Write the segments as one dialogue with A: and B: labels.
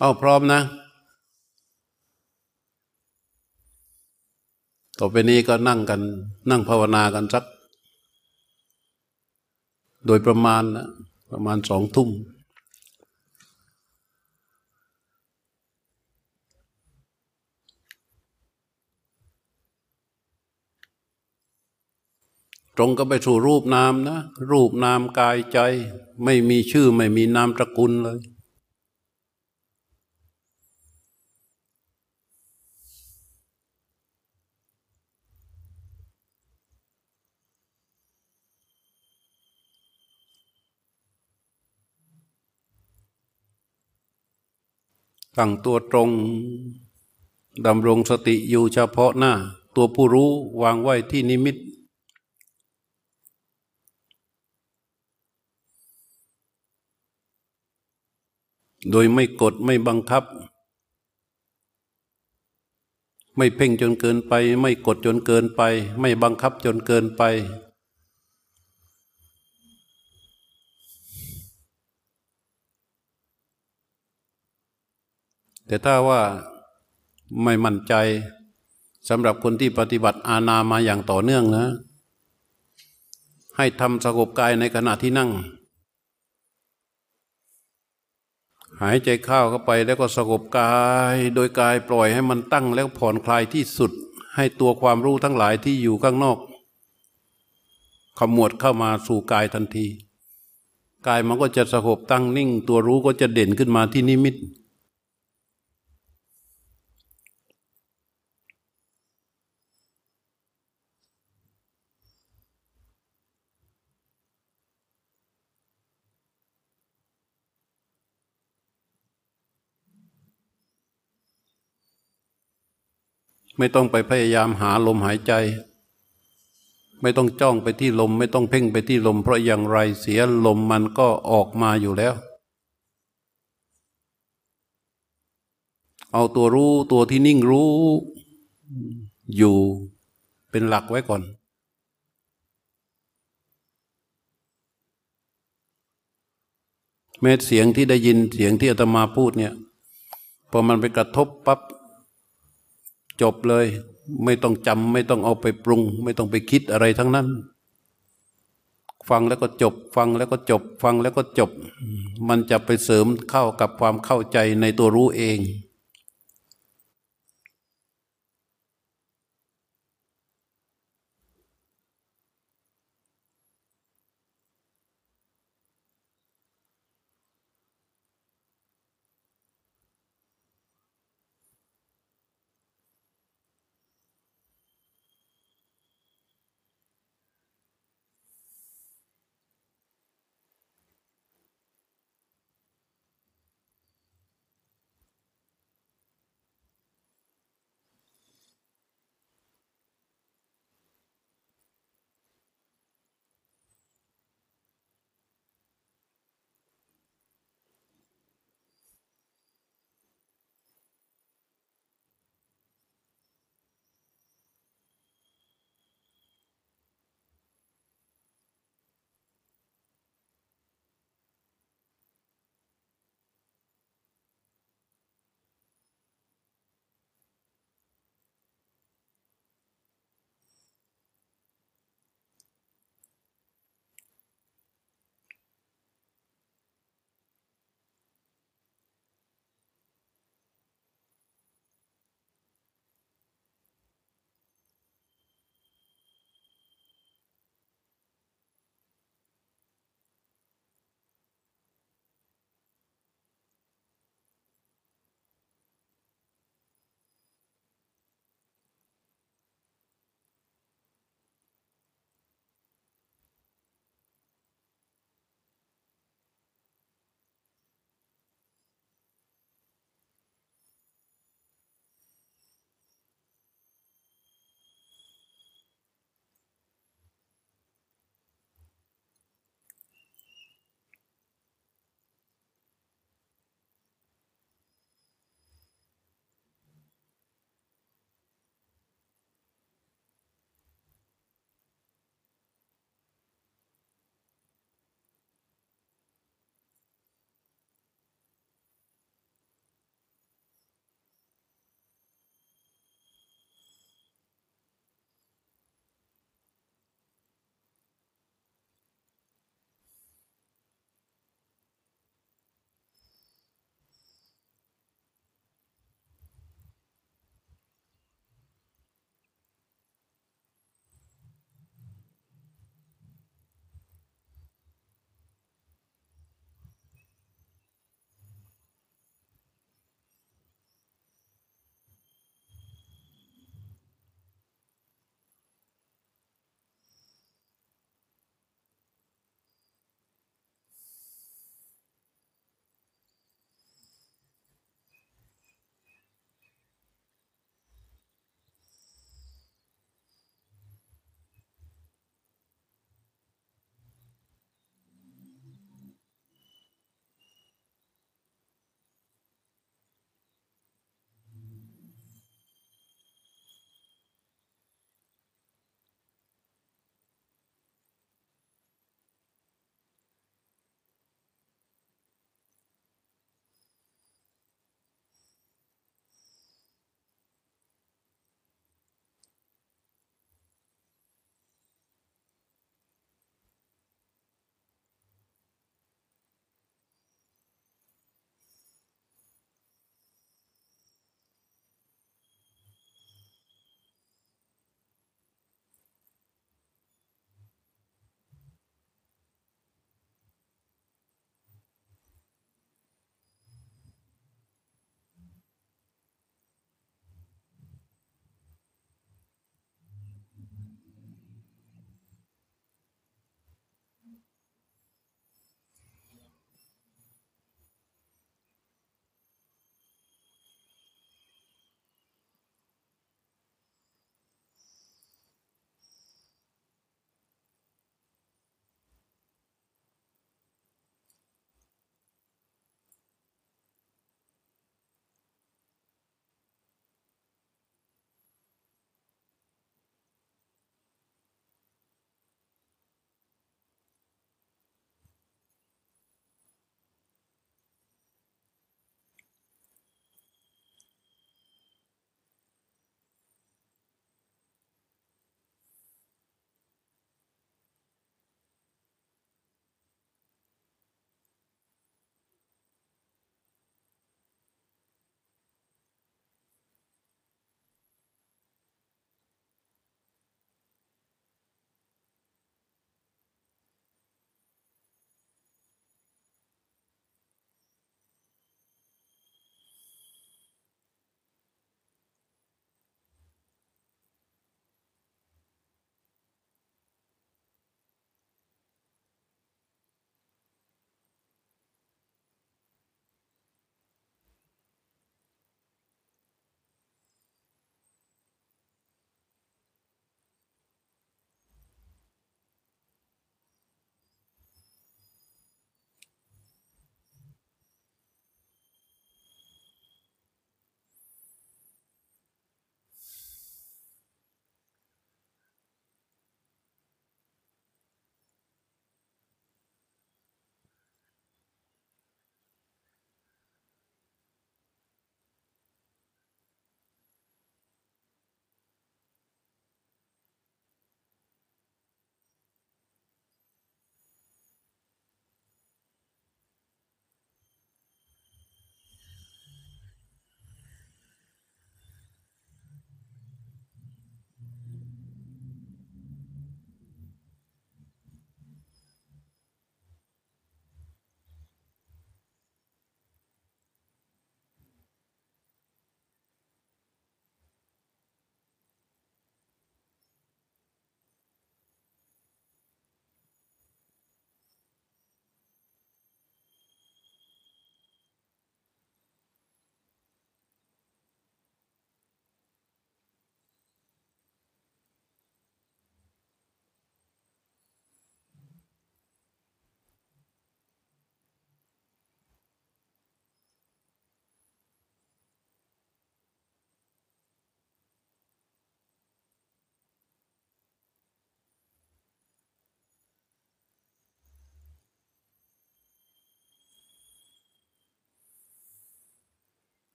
A: เอาพร้อมนะต่อไปนี้ก็นั่งกันนั่งภาวนากันสักโดยประมาณนะประมาณ20:00ตรงก็ไปสู่รูปนามนะรูปนามกายใจไม่มีชื่อไม่มีนามตระกูลเลยตั้งตัวตรงดำรงสติอยู่เฉพาะหน้าตัวผู้รู้วางไว้ที่นิมิตโดยไม่กดไม่บังคับไม่เพ่งจนเกินไปไม่กดจนเกินไปไม่บังคับจนเกินไปแต่ถ้าว่าไม่มั่นใจสำหรับคนที่ปฏิบัติอานามาอย่างต่อเนื่องนะให้ทำสงบกายในขณะที่นั่งหายใจเข้าไปแล้วก็สงบกายโดยกายปล่อยให้มันตั้งแล้วผ่อนคลายที่สุดให้ตัวความรู้ทั้งหลายที่อยู่ข้างนอกขมวดเข้ามาสู่กายทันทีกายมันก็จะสงบตั้งนิ่งตัวรู้ก็จะเด่นขึ้นมาที่นิมิตไม่ต้องไปพยายามหาลมหายใจไม่ต้องจ้องไปที่ลมไม่ต้องเพ่งไปที่ลมเพราะอย่างไรเสียลมมันก็ออกมาอยู่แล้วเอาตัวรู้ตัวที่นิ่งรู้อยู่เป็นหลักไว้ก่อนแม้เสียงที่ได้ยินเสียงที่อาตมาพูดเนี่ยพอมันไปกระทบปั๊บจบเลยไม่ต้องจำไม่ต้องเอาไปปรุงไม่ต้องไปคิดอะไรทั้งนั้นฟังแล้วก็จบฟังแล้วก็จบฟังแล้วก็จบมันจะไปเสริมเข้ากับความเข้าใจในตัวรู้เอง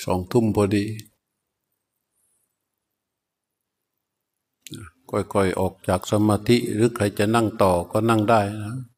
A: 2 ทุ่มพอดีค่อยๆออกจากสมาธิหรือใครจะนั่งต่อก็นั่งได้นะ